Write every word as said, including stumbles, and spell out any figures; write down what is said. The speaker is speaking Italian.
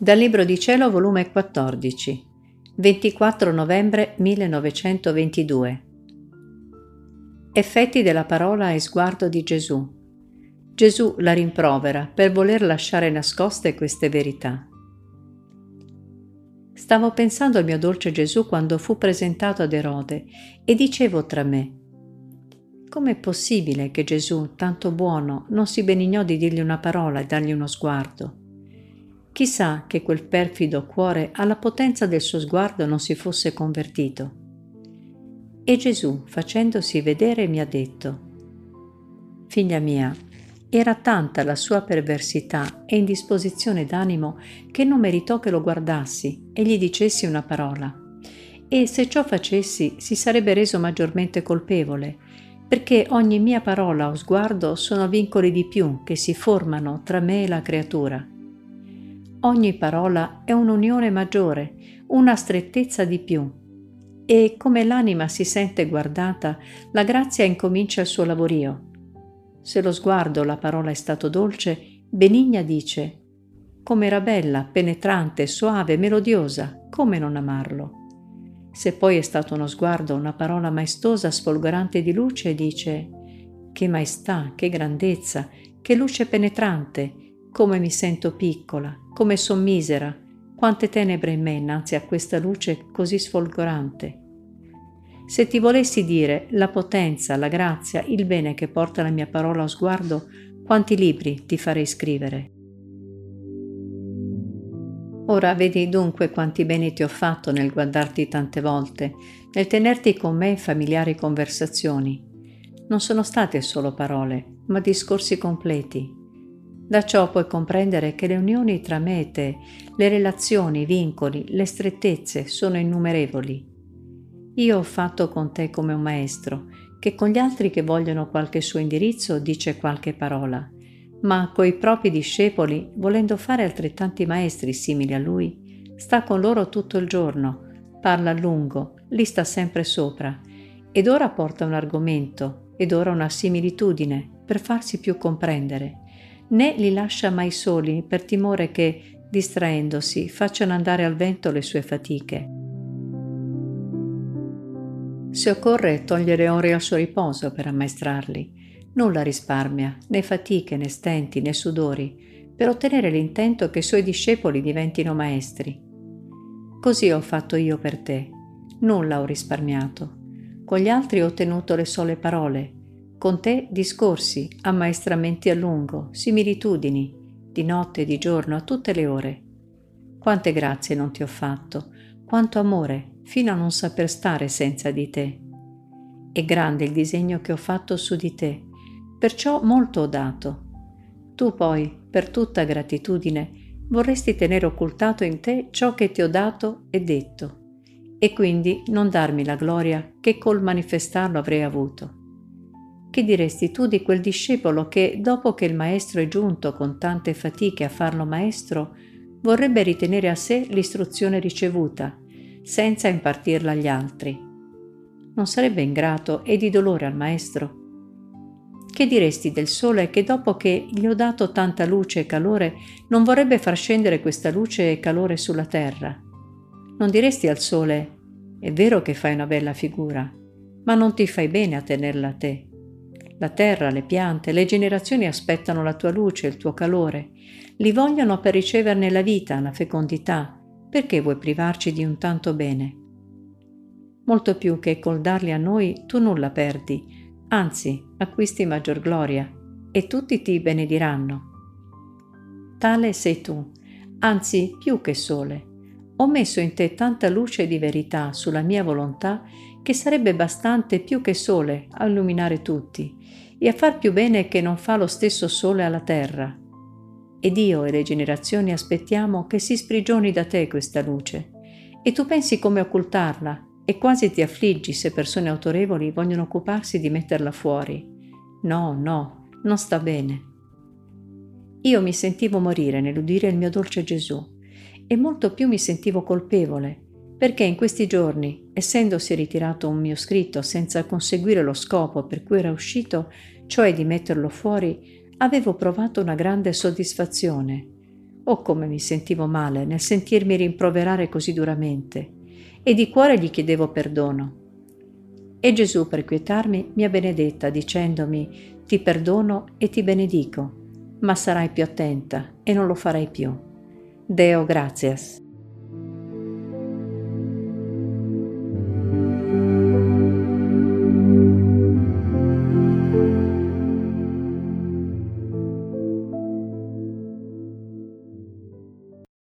Dal Libro di Cielo, volume quattordici, ventiquattro novembre millenovecentoventidue. Effetti della parola e sguardo di Gesù. Gesù la rimprovera per voler lasciare nascoste queste verità. Stavo pensando al mio dolce Gesù quando fu presentato ad Erode e dicevo tra me: com'è possibile che Gesù, tanto buono, non si benignò di dirgli una parola e dargli uno sguardo? Chissà che quel perfido cuore alla potenza del suo sguardo non si fosse convertito. E Gesù, facendosi vedere, mi ha detto: figlia mia, era tanta la sua perversità e indisposizione d'animo che non meritò che lo guardassi e gli dicessi una parola. E se ciò facessi si sarebbe reso maggiormente colpevole, perché ogni mia parola o sguardo sono vincoli di più che si formano tra me e la creatura. Ogni parola è un'unione maggiore, una strettezza di più. E come l'anima si sente guardata, la grazia incomincia il suo lavorio. Se lo sguardo o la parola è stato dolce, benigna dice: com'era bella, penetrante, soave, melodiosa, come non amarlo? Se poi è stato uno sguardo o una parola maestosa, sfolgorante di luce, dice: che maestà, che grandezza, che luce penetrante, come mi sento piccola, come son misera, quante tenebre in me innanzi a questa luce così sfolgorante. Se ti volessi dire la potenza, la grazia, il bene che porta la mia parola o sguardo, quanti libri ti farei scrivere. Ora vedi dunque quanti beni ti ho fatto nel guardarti tante volte, nel tenerti con me in familiari conversazioni. Non sono state solo parole, ma discorsi completi. Da ciò puoi comprendere che le unioni tra me e te, le relazioni, i vincoli, le strettezze sono innumerevoli. Io ho fatto con te come un maestro, che con gli altri che vogliono qualche suo indirizzo dice qualche parola, ma coi propri discepoli, volendo fare altrettanti maestri simili a lui, sta con loro tutto il giorno, parla a lungo, li sta sempre sopra, ed ora porta un argomento, ed ora una similitudine, per farsi più comprendere. Né li lascia mai soli per timore che, distraendosi, facciano andare al vento le sue fatiche. Se occorre togliere ore al suo riposo per ammaestrarli, nulla risparmia, né fatiche, né stenti, né sudori, per ottenere l'intento che i suoi discepoli diventino maestri. Così ho fatto io per te, nulla ho risparmiato. Con gli altri ho ottenuto le sole parole, con te discorsi, ammaestramenti a lungo, similitudini, di notte e di giorno, a tutte le ore. Quante grazie non ti ho fatto, quanto amore, fino a non saper stare senza di te. È grande il disegno che ho fatto su di te, perciò molto ho dato. Tu poi, per tutta gratitudine, vorresti tenere occultato in te ciò che ti ho dato e detto, e quindi non darmi la gloria che col manifestarlo avrei avuto. Che diresti tu di quel discepolo che, dopo che il maestro è giunto con tante fatiche a farlo maestro, vorrebbe ritenere a sé l'istruzione ricevuta, senza impartirla agli altri? Non sarebbe ingrato e di dolore al maestro? Che diresti del sole che, dopo che gli ho dato tanta luce e calore, non vorrebbe far scendere questa luce e calore sulla terra? Non diresti al sole: è vero che fai una bella figura, ma non ti fai bene a tenerla a te. La terra, le piante, le generazioni aspettano la tua luce, il tuo calore. Li vogliono per riceverne la vita, la fecondità. Perché vuoi privarci di un tanto bene? Molto più che col darli a noi tu nulla perdi, anzi acquisti maggior gloria, e tutti ti benediranno. Tale sei tu, anzi più che sole. Ho messo in te tanta luce di verità sulla mia volontà che sarebbe bastante più che sole a illuminare tutti e a far più bene che non fa lo stesso sole alla terra. Ed io e le generazioni aspettiamo che si sprigioni da te questa luce, e tu pensi come occultarla e quasi ti affliggi se persone autorevoli vogliono occuparsi di metterla fuori. No, no, non sta bene. Io mi sentivo morire nell'udire il mio dolce Gesù, e molto più mi sentivo colpevole, perché in questi giorni, essendosi ritirato un mio scritto senza conseguire lo scopo per cui era uscito, cioè di metterlo fuori, avevo provato una grande soddisfazione, Oh, come mi sentivo male nel sentirmi rimproverare così duramente, e di cuore gli chiedevo perdono. E Gesù, per quietarmi, mi ha benedetta dicendomi: ti perdono e ti benedico, ma sarai più attenta e non lo farai più. Deo gratias.